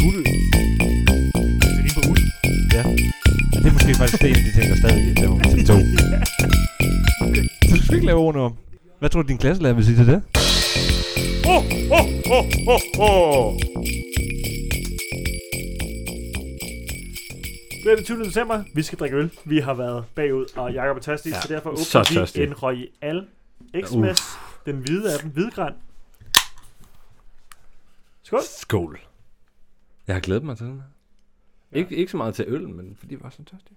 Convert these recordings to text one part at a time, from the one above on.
Uld. Det er lige på uld. Ja. Og det er måske faktisk det, en af de ting, der stadig laver til 2. Okay. Så du skal ikke lave ordene om. Hvad tror du, din klasselærer vil sige til det? Det er den 20. december. Vi skal drikke øl. Vi har været bagud, og Jakob er tørstig, så derfor åbner vi en Royal Xmas. Den hvide af den. Hvidgran. Skål. Skål. Jeg har glædet mig til den her. Ja. Ikke så meget til øllen, men fordi jeg var så tørstig.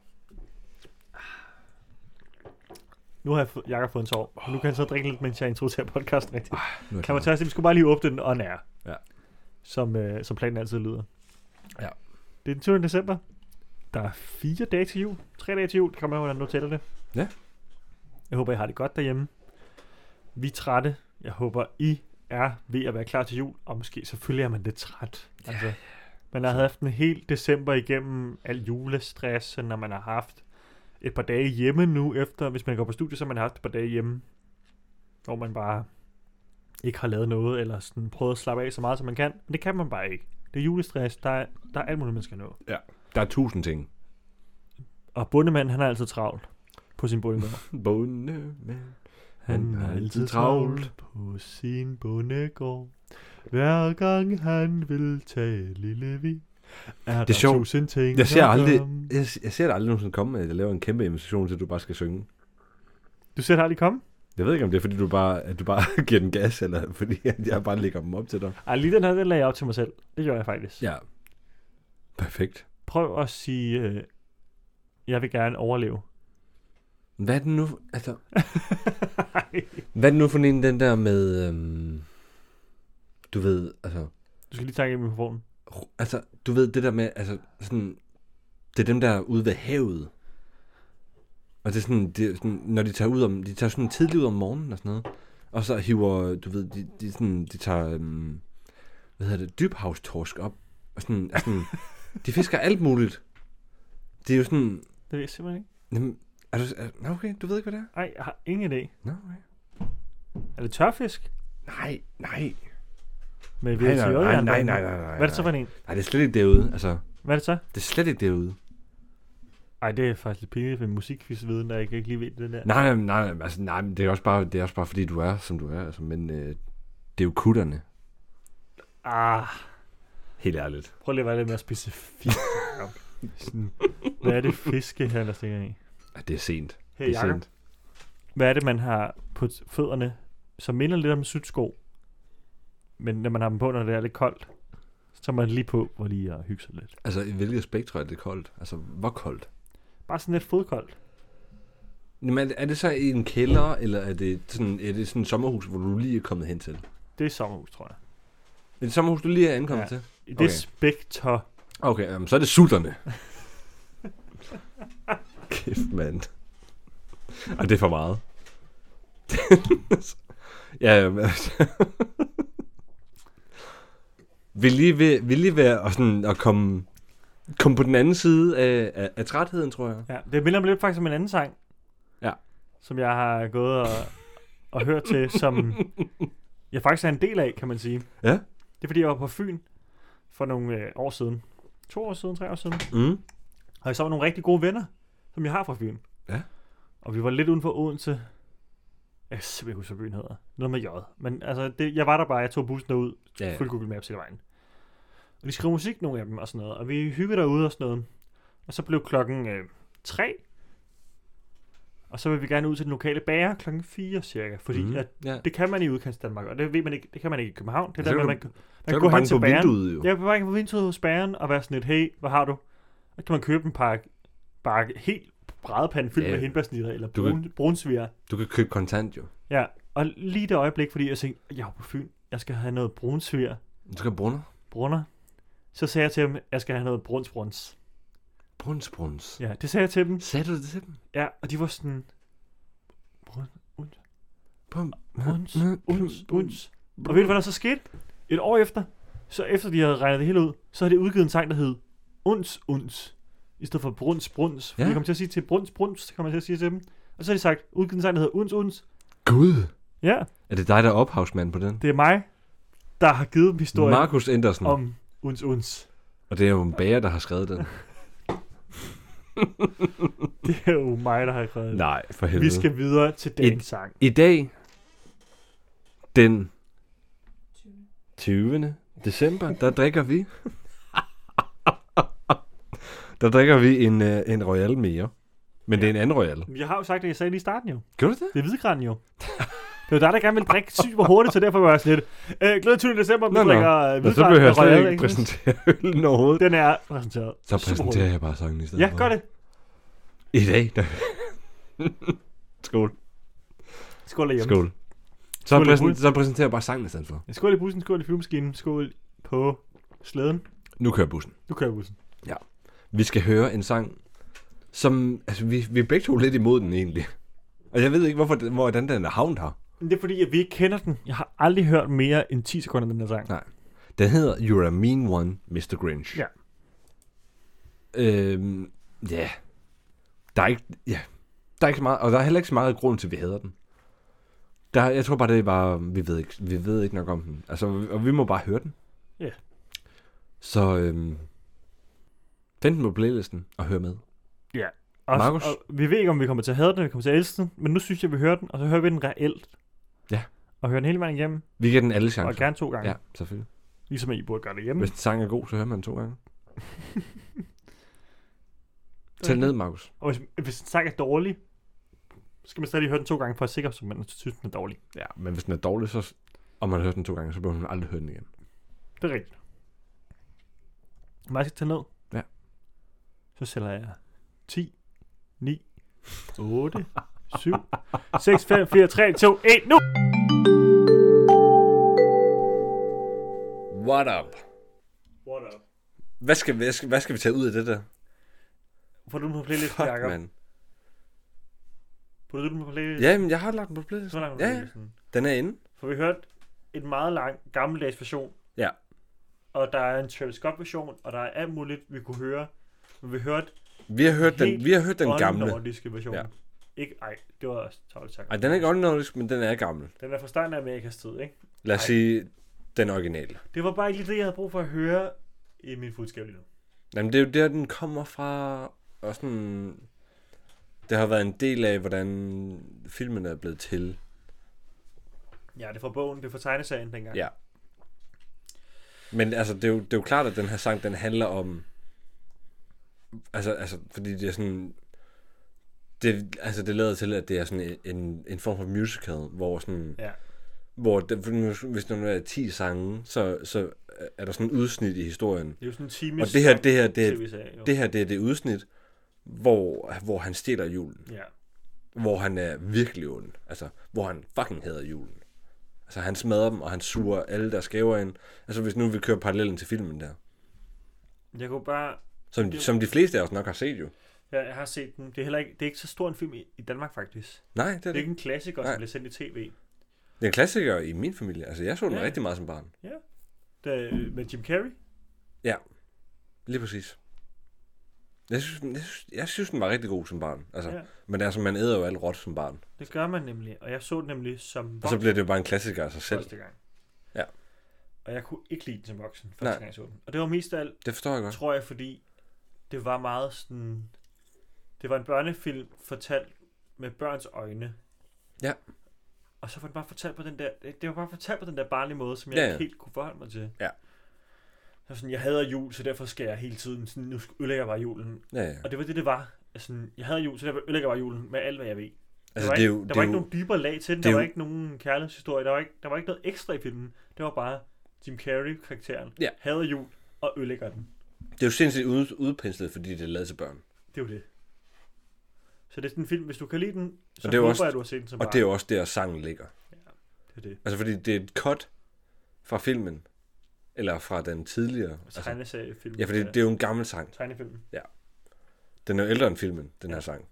Nu har Jakob fået en sår. Nu kan han så drikke lidt, mens jeg introducerer podcasten rigtigt. Kan man tørstig? Vi skulle bare lige åbne den on air. Ja. Som planen altid lyder. Ja. Det er den 20. december. Der er 4 dage til jul. 3 dage til jul. Det kommer an, hvordan du tæller det. Ja. Jeg håber, I har det godt derhjemme. Vi er trætte. Jeg håber, I er ved at være klar til jul. Og måske selvfølgelig er man lidt træt. Altså, man har haft en hel december igennem al julestress, når man har haft et par dage hjemme nu efter. Hvis man går på studie, så har man haft et par dage hjemme, hvor man bare ikke har lavet noget, eller sådan prøvet at slappe af så meget, som man kan. Men det kan man bare ikke. Det er julestress. Der er alt muligt, man skal nå. Ja. Der er 1000 ting. Og bondemanden, han er altid travlt på sin bondegård. Bondemand, Han er altid travlt på sin bondegård. Hver gang han vil tage lille vi, er det er sjovt. 1000 ting. Jeg ser det aldrig nogensinde komme, at jeg laver en kæmpe invitation til, at du bare skal synge. Du ser det aldrig komme? Jeg ved ikke, om det er, fordi du bare giver den gas, eller fordi jeg bare lægger dem op til dig. Ej, lige den her, den lagde jeg op til mig selv. Det gør jeg faktisk. Ja. Perfekt. Prøv at sige, jeg vil gerne overleve. Hvad er det nu? Altså, hvad er det nu for en, den der med, du ved, altså... Du skal lige takke i mikrofonen. Altså, du ved det der med, altså sådan, det er dem der ude ved havet. Og det er sådan, når de tager sådan tidligt ud om morgenen og sådan noget. Og så hiver, du ved, de tager, hvad hedder det, dybhavstorsk op. Og sådan, de fisker alt muligt. Det er jo sådan... Det ved jeg simpelthen ikke. Jamen, okay, du ved ikke, hvad det er? Nej, jeg har ingen idé. Nå, okay. Er det tørfisk? Nej. Med Nej. Hvad er det så for en? Nej, det er slet ikke derude, altså. Hvad er det så? Det er slet ikke derude. Ej, det er faktisk lidt pinligt med musikquizviden, der jeg ikke lige ved det der. Nej, men det er også bare fordi du er, som du er, altså, men det er jo kutterne. Helt ærligt. Prøv lige at være lidt mere specifik. Hvad er det fiske her, der stikker i? Ja, det er sent. Hey, det er Jacob. sent. Hvad er det, man har på fødderne, som minder lidt om sydsko? Men når man har dem på, når det er lidt koldt, så er man lige på, hvor lige at hygge sig lidt. Altså, i hvilket spektrum er det koldt? Altså, hvor koldt? Bare sådan lidt fodkoldt. Men er det så i en kælder, eller er det sådan et sommerhus, hvor du lige er kommet hen til? Det er sommerhus, tror jeg. Er det sommerhus, du lige er ankommet til? I det spektrum. Okay, så er det sutterne. Kæft, mand. Og det er for meget. Ja, vil lige være og sådan at komme på den anden side af trætheden, tror jeg. Ja, det minder mig lidt faktisk om en anden sang. Ja. Som jeg har gået og hørt til, som jeg faktisk er en del af, kan man sige. Ja. Det er fordi, jeg var på Fyn for nogle år siden. 2 år siden, 3 år siden. Og jeg så var nogle rigtig gode venner, som jeg har fra Fyn. Ja. Og vi var lidt uden for Odense. Jeg simpelthen husker, hvad byen hedder. Noget med J. Men altså, jeg var der bare, jeg tog bussen derud. Ja. Fuldt Google Maps hele vejen. Og de skrev musik, nogle af dem, og sådan noget. Og vi hyggede derude og sådan noget. Og så blev klokken 3. Og så vil vi gerne ud til den lokale bager klokken 4 cirka. Fordi det kan man i udkants Danmark. Og det ved man ikke, det kan man ikke i København. Det er der, man kan gå hen til bageren. Vinduet, jeg kan bare gå vinduet hos bageren og være sådan lidt, hey, hvad har du? Så kan man købe en pakke helt brædepande fyldt med hindbærsnitter eller brunsviger. Du kan købe kontant jo. Ja, og lige det øjeblik, fordi jeg tænkte, jeg er på Fyn, jeg skal have noget brunsviger. Du skal have brunner. Så sagde jeg til dem, jeg skal have noget bruns. Bruns. Ja, det sagde jeg til dem. Sagde du det til dem? Ja, og de var sådan... Bruns. Og ved du, hvad der så skete? Et år efter, så efter de havde regnet det hele ud, så havde det udgivet en sang, der hed Uns. I stedet for bruns. Ja. De kom til at sige til bruns, så kan man til at sige til dem. Og så har de sagt, udgivet en sang, der hedder Uns. Gud. Ja. Er det dig, der er ophavsmand på den? Det er mig, der har givet dem historien Markus Andersen om Uns. Og det er jo en bager, der har skrevet den. Det er jo mig, der har skrevet det. Nej, for helvede. Vi skal videre til dagens sang. I dag, den 20. december, der drikker vi... der drikker vi en Royal mere. Men det er en anden Royal. Jeg har jo sagt det, jeg sagde lige i starten jo. Gjorde du det? Det er hvidgran jo. Det var der gerne ville drikke super hurtigt, så derfor var jeg sådan lidt. Glæde 20. december, vi drikker hvidgran. Så behøver jeg Royal, slet ikke præsentere øllen overhovedet. Den er præsenteret. Så præsenterer jeg bare sangen i stedet. Ja, gør det. I dag, der... Skål. Skål derhjemme. Skål. Så præsenterer jeg bare sangen i stedet for. Ja, skål i bussen, skål i flyvemaskinen, skål på slæden. Nu kører bussen. Nu kører bussen. Ja. Vi skal høre en sang, som... Altså, vi er begge to lidt imod den egentlig. Og jeg ved ikke, hvordan den er havnet her. Men det er fordi, at vi ikke kender den. Jeg har aldrig hørt mere end 10 sekunder af den her sang. Nej. Den hedder You're a Mean One, Mr. Grinch. Ja. Ja. Der er ikke så meget, og der er heller ikke så meget grund til, at vi hader den. Jeg tror bare, det er bare, vi ved ikke nok om den. Altså, og vi må bare høre den. Ja. Yeah. Så find den på playlisten og hør med. Ja. Markus? Og vi ved ikke, om vi kommer til at have den, vi kommer til at elske den, men nu synes jeg, vi hører den, og så hører vi den reelt. Ja. Og hører den hele vejen igennem. Vi giver den alle chancer. Og gerne 2 gange. Ja, selvfølgelig. Ligesom at I burde gøre det hjemme. Hvis den sang er god, så hører man 2 gange. Tæl ned, Markus. Og hvis en sang er dårlig, så skal man stadig høre den 2 gange, for at sikre sig, at man synes, den er dårlig. Ja, men hvis den er dårlig, så, og man har hørt den 2 gange, så behøver man aldrig høre den igen. Det er rigtigt. Hvad skal tage ned? Ja. Så sælger jeg 10, 9, 8, 7, 6, 5, 4, 3, 2, 1, nu! What up? What up? Hvad skal vi tage ud af det der? Får du den på playlist, Fuck, Jacob? man. Får du den på playlist? Ja, men jeg har lagt den på playlist. Så langt på Ja, playlisten. den er inde. For vi hørte en meget lang, gammeldags version. Ja. Og der er en Travis Scott version, og der er alt muligt, vi kunne høre. Men vi hørte Vi har hørt den gamle. åndnordiske version. Ja. Ikke, det var også tavligt sagt. Ej, den er ikke åndnordisk, men den er gammel. Den er fra starten af Amerikas tid, ikke? Lad os sige, den originale. Det var bare ikke lige det, jeg havde brug for at høre i min fuldskab lige nu. Jamen, det er jo der, den kommer fra. Og sådan... Det har været en del af, hvordan filmen er blevet til. Ja, det er fra bogen, det er fra tegneserien dengang. Ja. Men altså, det er jo klart, at den her sang, den handler om... Altså fordi det er sådan... Det lader til, at det er sådan en form for musical, hvor sådan... Ja. Hvor hvis der er 10 sange, så er der sådan en udsnit i historien. Det er jo sådan en time. Og det her det er det udsnit, hvor han stjæler julen. Ja. Hvor han er virkelig ond. Altså, hvor han fucking hader julen. Altså, han smadrer dem, og han suger alle deres gaver ind. Altså, hvis nu vi kører parallellen til filmen der. Jeg kunne bare... Som de fleste af os nok har set jo. Ja, jeg har set den. Det er ikke så stor en film i Danmark, faktisk. Nej, det er ikke en klassiker, som bliver sendt i tv. Det er en klassiker i min familie. Altså, jeg så den rigtig meget som barn. Ja. Med Jim Carrey? Ja, lige præcis. Jeg synes, den var rigtig god som barn. Altså, ja. Men altså, man æder jo alt råt som barn. Det gør man nemlig. Og jeg så den nemlig som voksen. Og så bliver det jo bare en klassiker af sig selv. Første gang. Ja. Og jeg kunne ikke lide den som voksen, første gang jeg så den. Og det var mest af alt, det forstår jeg godt. Tror jeg, fordi det var meget sådan... Det var en børnefilm fortalt med børns øjne. Ja. Og så var det bare fortalt på den der... Det var bare fortalt på den der barnlige måde, som jeg ikke helt kunne forholde mig til. Ja. Så sådan, jeg hader jul, så derfor skal jeg hele tiden... Sådan, nu ødelægger jeg bare julen. Ja. Og det var det var. Altså, jeg hader jul, så derfor ødelægger jeg bare julen med alt, hvad jeg ved. Altså, der var ikke nogen dybere lag til den. Der var ikke nogen kærlighedshistorie. Der var ikke noget ekstra i filmen. Det var bare Jim Carrey-karakteren. Ja. Hader jul og ødelægger den. Det er jo sindssygt udpenslet, fordi det er lavet til børn. Det er jo det. Så det er sådan en film, hvis du kan lide den, så håber jeg, at du har set den som barn. Og det er jo også der, sangen ligger. Ja, det er det. Altså, fordi det er et cut fra filmen, eller fra den tidligere. Tegneseriefilm. Ja, fordi det er jo en gammel sang. Tegnefilm. Ja. Den er jo ældre end filmen, den her sang.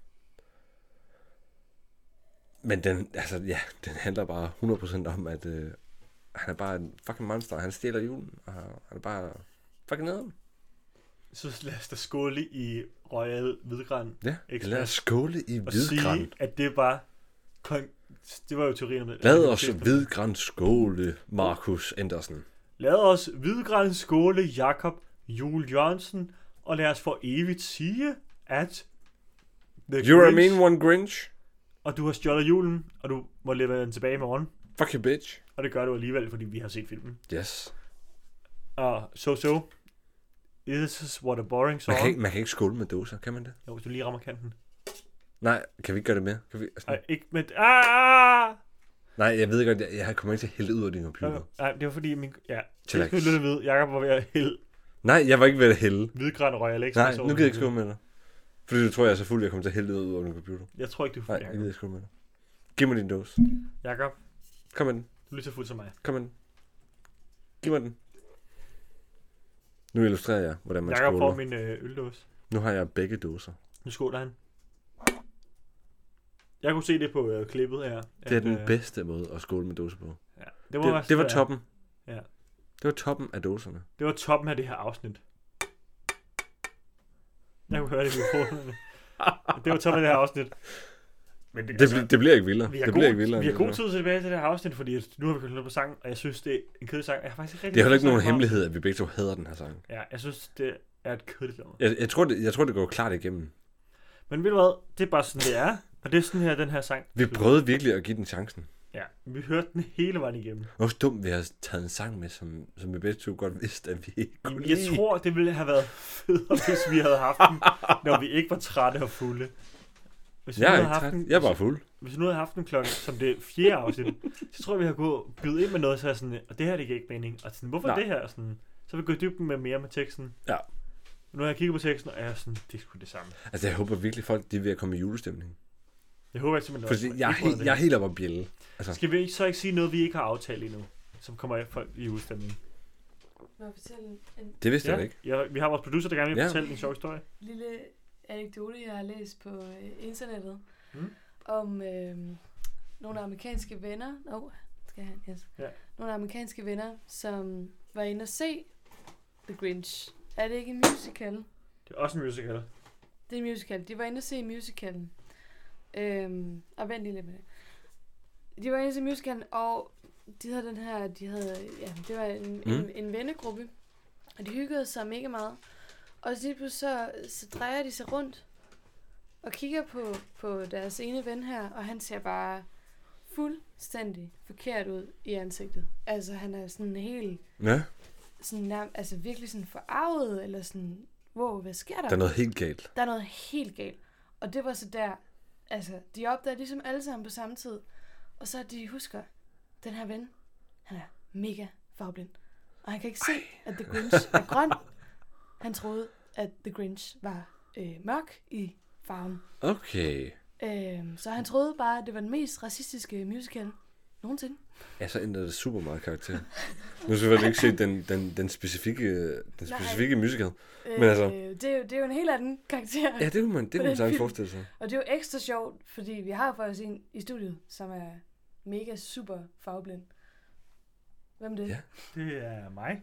Men den handler bare 100% om, at han er bare en fucking monster. Han stjæler julen, og han er bare fucking nederen. Så lad os da skåle i Royal Hvidgran. Ja, lad os skåle i Hvidgran. Og sige, at det var jo teorien om det. Lad os Hvidgran skåle, Markus Andersen. Lad os Hvidgran skåle, Jakob Jule Jørgensen, og lad os for evigt sige, at The You're a Grinch, mean one, Grinch. og du har stjålet julen, og du må levere den tilbage i morgen. Fuck you, bitch. Og det gør du alligevel, fordi vi har set filmen. Yes. Og This is what a boring song. Man kan ikke skåle med dåser, kan man det? Jo, hvis du lige rammer kanten. Nej, kan vi ikke gøre det mere? Kan vi, Nej, ikke med... Nej, jeg ved godt, jeg kommer ikke til at hælde ud af din computer. Nej, det var fordi min... Ja, Chillax. jeg skulle lytte ved. Jakob var ved at hælde Nej, jeg var ikke ved at hælde. hvidgran Royal X. Nej, nu gider jeg ikke skåle med dig. Fordi du tror, jeg er så fuld, at jeg kommer til at hælde ud af din computer. Jeg tror ikke, du får Nej, jeg gider ikke skåle med dig. Giv mig din dåse. Jakob, Kom med den. du er lige så fuld som mig. Kom med den. Giv mig den. Nu illustrerer jeg, hvordan man Jakob får skåler. min øldåse. Nu har jeg begge dåser. Nu skåler han. Jeg kunne se det på klippet her. Det er den bedste måde at skåle med dåser på. Ja, Det var toppen. Ja. Det var toppen af dåserne. Det var toppen af det her afsnit. Jeg kunne høre det i mikrofonerne. Det var toppen af det her afsnit. Men Det bliver ikke vildere. vi Det har bliver god, ikke vildere. vi har god tid tilbage til det her afsnit, fordi nu har vi kørt noget på sang, og jeg synes, det er en kedelig sang. Jeg har faktisk ikke rigtig... Det er heller ikke nogen sagt meget om hemmelighed, at vi begge to hader den her sang. det. Ja, jeg synes, det er et kedeligt nummer. Jeg tror, det går klart igennem. Men ved du hvad? Det er bare sådan, det er. Og det er sådan her, den her sang. Vi prøvede virkelig at give den chancen. Ja, vi hørte den hele vejen igennem. Hvor dumt, vi har taget en sang med, som vi begge to godt vidste, at vi ikke kunne Jeg lide. tror, det ville have været federe, hvis vi havde haft den, når vi ikke var trætte og fulde. Hvis vi Jeg er nu ikke havde haft træt. den- Jeg er bare fuld. Hvis vi nu havde haft den klokken, som det 4. afsnit, så tror jeg, vi har gået byde ind med noget, så er sådan, og det her, det giver ikke mening. Og sådan, hvorfor Nej. det her? Og sådan, så har vi gået i dybden med mere med teksten. Ja. Nu har jeg kigget på teksten, og jeg er sådan, det er sgu det samme. Altså, jeg håber virkelig, folk de er ved at komme i julestemning. Jeg håber ikke simpelthen, Fordi jeg er helt oppe at bjælle. Altså, Skal vi så ikke sige noget, vi ikke har aftalt endnu, som kommer af folk i julestemning? Må jeg fortælle en det vidste jeg ikke. Ja, vi har vores producer, der gerne vil Ja. fortælle en sjov historie. lille anekdote, jeg har læst på internettet, Mm. om nogle amerikanske venner. Skal han? Yes. Ja. Nogle amerikanske venner, som var inde og se The Grinch. Er det ikke en musical? Det er også en musical. Det er en musical. De var inde og se musicalen. Og vent lige lidt med det. De var inde og se musicalen, og de havde den her, det var en vennegruppe, og de hyggede sig mega meget. Og så lige pludselig så drejer de sig rundt og kigger på deres ene ven her, og han ser bare fuldstændig forkert ud i ansigtet. Altså han er sådan helt, Ja, sådan altså virkelig sådan forarvet, eller sådan, wow, hvad sker der? der er noget helt galt. Der er noget helt galt. Og det var så der, altså, de opdager ligesom alle sammen på samme tid. Og så de husker, den her ven, han er mega farveblind. Og han kan ikke se, at The Grinch er grøn. Han troede, at The Grinch var mørk i farven. Okay. Så han troede bare, at det var den mest racistiske musical nogensinde. Ja, så ændrede det super meget karakter. Nu skal vi ikke se den specifikke musical. Men altså- Det er jo en helt anden karakter. Ja, det kunne man den sagtens film. forestille sig. Og det er jo ekstra sjovt, fordi vi har faktisk en i studiet, som er mega super farveblind. Hvem er det? Ja. Det er mig.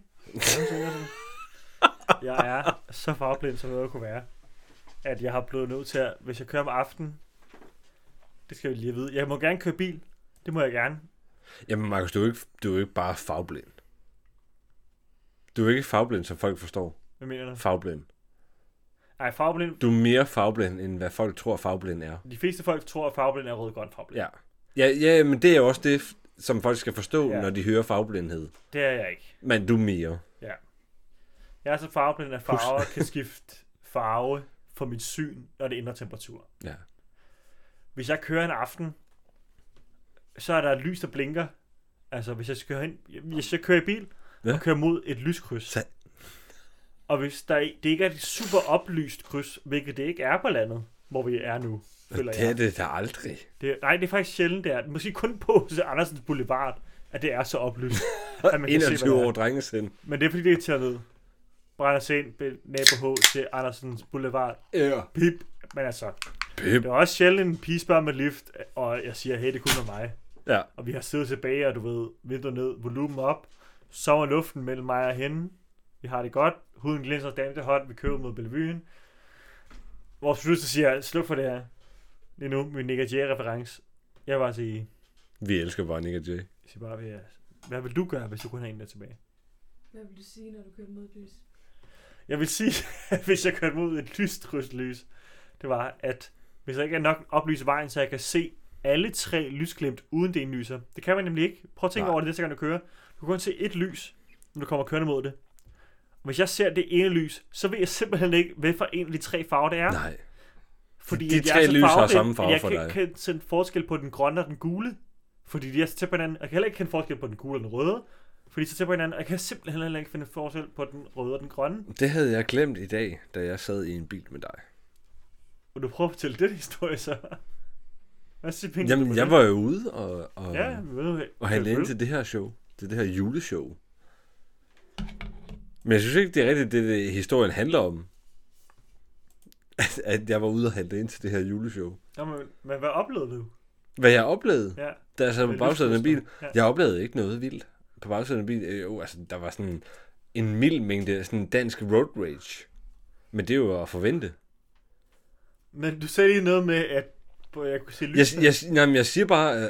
Jeg er så farveblind, som noget kunne være, at jeg har blevet nødt til at, hvis jeg kører om aftenen, det skal vi lige vide. Jeg må gerne køre bil. Det må jeg gerne. Jamen, Markus, du er jo ikke bare farveblind. Du er ikke farveblind, som folk forstår. Hvad mener du? Farveblind. Nej, farveblind. Du er mere farveblind, end hvad folk tror, farveblind er. De fleste folk tror, at farveblind er rød-grøn farveblind. Ja, men det er jo også det, som folk skal forstå, Ja. når de hører farveblindhed. Det er jeg ikke. Men du er mere. Jeg er så farveblind, at farver kan skifte farve for mit syn, når det ændrer temperatur. Ja. Hvis jeg kører en aften, så er der et lys, der blinker. Altså, hvis jeg kører i bil, Ja. og kører mod et lyskryds. Og hvis det ikke er et super oplyst kryds, hvilket det ikke er på landet, hvor vi er nu, føler Det er jeg. det da aldrig. Nej, det er faktisk sjældent, det er. Måske kun på Andersens Boulevard, at det er så oplyst, at man kan se, 21 hvad det år er. drengesind. Men det er fordi, det er taget ned. Brænder sent, nabo H til Andersens Boulevard. Ja. Pip. Men altså, Pip. det er også sjældent en pige spørger med lift, og jeg siger, hey, det er kun med mig. Ja. Og vi har siddet tilbage, og du ved, vinduet ned, volumen op, sommer luften mellem mig og hende. Vi har det godt. Huden glinser dagen til hot. Vi kører mod Bellevuen. Vores producer siger, sluk for det her. Lige nu, min Nick Jay-reference. Jeg vil bare sige, Vi elsker bare Nick og Jay. hvad vil du gøre, hvis du kun har en der tilbage? Hvad vil du sige, når du kører mod lys? Jeg vil sige, at hvis jeg kørte mod et lystrydslys, det var, at hvis jeg ikke er nok oplyse vejen, så jeg kan se alle 3 lysglimt uden det ene lyser. Det kan man nemlig ikke. Prøv at tænke over det næste gang du kører. Du kan kun se et lys, når du kommer kørende mod det. Og hvis jeg ser det ene lys, så ved jeg simpelthen ikke, hvad for en af de 3 farver det er. Nej. Fordi De 3 lys har samme farve for dig. Jeg kan kende forskel på den grønne og den gule. Fordi de er så tæt på hinanden. Jeg kan heller ikke kende forskel på den gule og den røde. Fordi de er så tæt på hinanden. Og jeg kan simpelthen heller ikke finde forskel på den røde og den grønne. Det havde jeg glemt i dag, da jeg sad i en bil med dig. Og du prøver at fortælle den historie så? Hvad siger Pink? Jamen, jeg var jo ude og handle ind til det her show. Til det her juleshow. Men jeg synes ikke, det er rigtigt, det historien handler om. At jeg var ude og handle ind til det her juleshow. Jamen, men hvad oplevede du? Hvad jeg oplevede? Ja. Da jeg sad på bagsædet af en bil? Ja. Jeg oplevede ikke noget vildt. På bagsædet af en bil, der var sådan en mild mængde sådan dansk road rage. Men det er jo at forvente. Men du sagde lige noget med, at jeg kunne se lys. Jeg siger bare,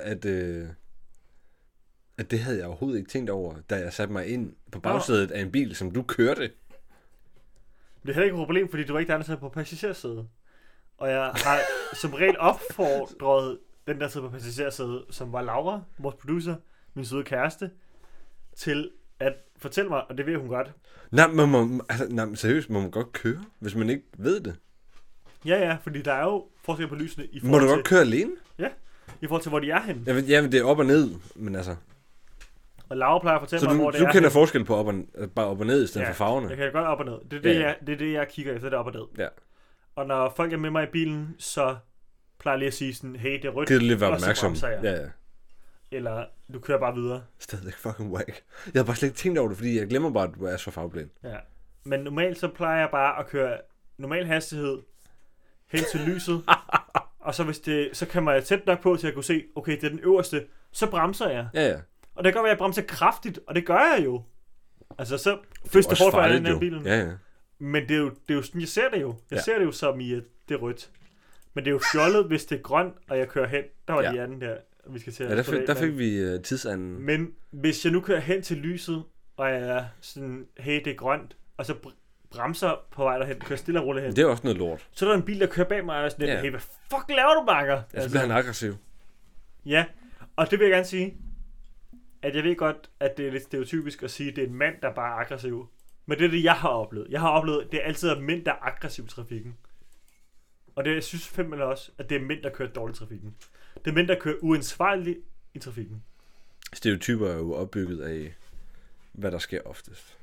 at det havde jeg overhovedet ikke tænkt over, da jeg satte mig ind på bagsædet af en bil, som du kørte. Det er heller ikke et problem, fordi du var ikke der, der sad på passagersædet. Og jeg har som regel opfordret den, der sidder på passagersædet, som var Laura, vores producer, min søde kæreste, til at fortælle mig, og det ved hun godt. Nej, seriøst, må man godt køre, hvis man ikke ved det? Ja, fordi der er jo forskel på lysene i forhold Må du til, godt køre alene? Ja, i forhold til, hvor de er henne. Jamen, det er op og ned, men altså... Og Laura plejer at fortælle mig, hvor det er. Så du kender forskel på bare op og ned, i stedet for farverne? Jeg kan godt op og ned. Det er det, jeg kigger efter, det er op og ned. Ja. Og når folk er med mig i bilen, så plejer jeg lige at sige sådan, hey, det er rødt. Giv det lidt være opmærksom. Ja. Eller, du kører bare videre. Stadig fucking whack. Jeg har bare slet ikke tænkt over det, fordi jeg glemmer bare, at du er så farveblind. Ja. Men normalt så plejer jeg bare at køre normal hastighed hen til lyset. Og så så kan man tæt nok på, til at kunne se, okay, det er den øverste. Så bremser jeg. Ja. Og det kan godt være, at jeg bremser kraftigt, og det gør jeg jo. Altså, så første hårdt for den her bilen. Ja. Men det er jo sådan, jeg ser det jo. Jeg ser det jo som i, at det er rødt. Men det er jo fjollet, hvis det er grønt, og jeg kører hen. Der var de anden der, vi skal til at der fik vi tidsanden. Men hvis jeg nu kører hen til lyset, og jeg er sådan, hey, det er grønt, og så bremser på vej derhen, kører stille og roligt hen. Det er også noget lort. Så er der en bil, der kører bag mig, og er sådan, hey, hvad fuck laver du, bakker? Ja, så bliver han aggressiv. Ja, og det vil jeg gerne sige, at jeg ved godt, at det er lidt stereotypisk at sige, at det er en mand, der bare er aggressiv. Men det er det, jeg har oplevet. Jeg har oplevet, at det er altid mænd, der er aggressiv i trafikken. Og det, jeg synes fandme også, at det er mænd, der kører dårligt i trafikken. Det er mænd, der kører uansvarligt i trafikken. Stereotyper er jo opbygget af, hvad der sker oftest.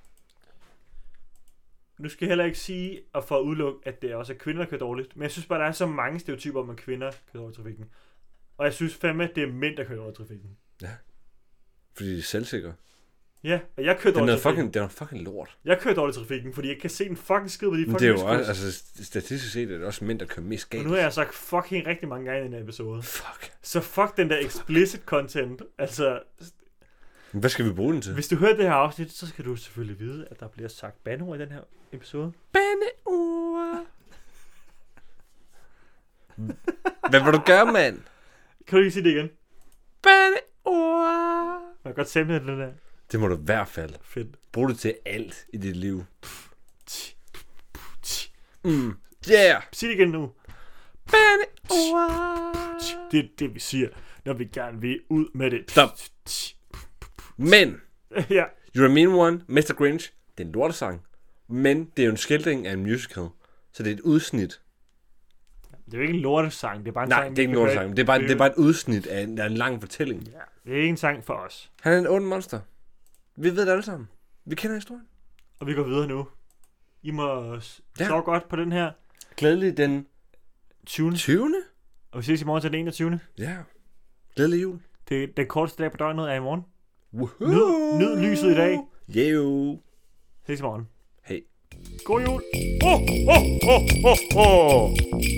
Nu skal jeg heller ikke sige, og for at udelukke, at det også er kvinder, der kører dårligt. Men jeg synes bare, der er så mange stereotyper om, at kvinder kører dårligt i trafikken. Og jeg synes fandme, at det er mænd, der kører dårligt i trafikken. Ja. Fordi de er selvsikre. Ja, og jeg kører dårligt i trafikken. Det er fucking lort. Jeg kører dårligt i trafikken, fordi jeg kan se en fucking skid på de fucking det er jo også, altså statistisk set er det også mænd, der kører mest galt. Og nu har jeg sagt fucking rigtig mange gange i den her episode. Fuck. Så fuck den der explicit content. Altså... Hvad skal vi bruge den til? Hvis du hører det her afsnit, så skal du selvfølgelig vide, at der bliver sagt bandeord i den her episode. Bandeord. Hvad vil du gøre, mand? Kan du ikke sige det igen? Bandeord. Jeg kan godt samle den der. Det må du i hvert fald. Fedt. Brug det til alt i dit liv. Yeah. Sig det igen nu. Bandeord. Det er det, vi siger, når vi gerne vil ud med det. Stop. Men, ja. You're a Mean One, Mr. Grinch, det er en lortesang. Men det er jo en skildring af en musical. Så det er et udsnit. Det er jo ikke en lortesang, det er bare en sang. Nej, sang. det er ikke en lortesang. Det er bare et udsnit af en lang fortælling. Ja, det er ikke en sang for os. Han er en ond monster. Vi ved det alle sammen. Vi kender historien. Og vi går videre nu. I må sove godt på den her. Glædelig den 20. Og vi ses i morgen til den 21. Ja. Glædelig jul. Det er den korteste dag på døgnet er i morgen. Nyd lyset i dag. Jo. Ses i morgen. Hej. God jul.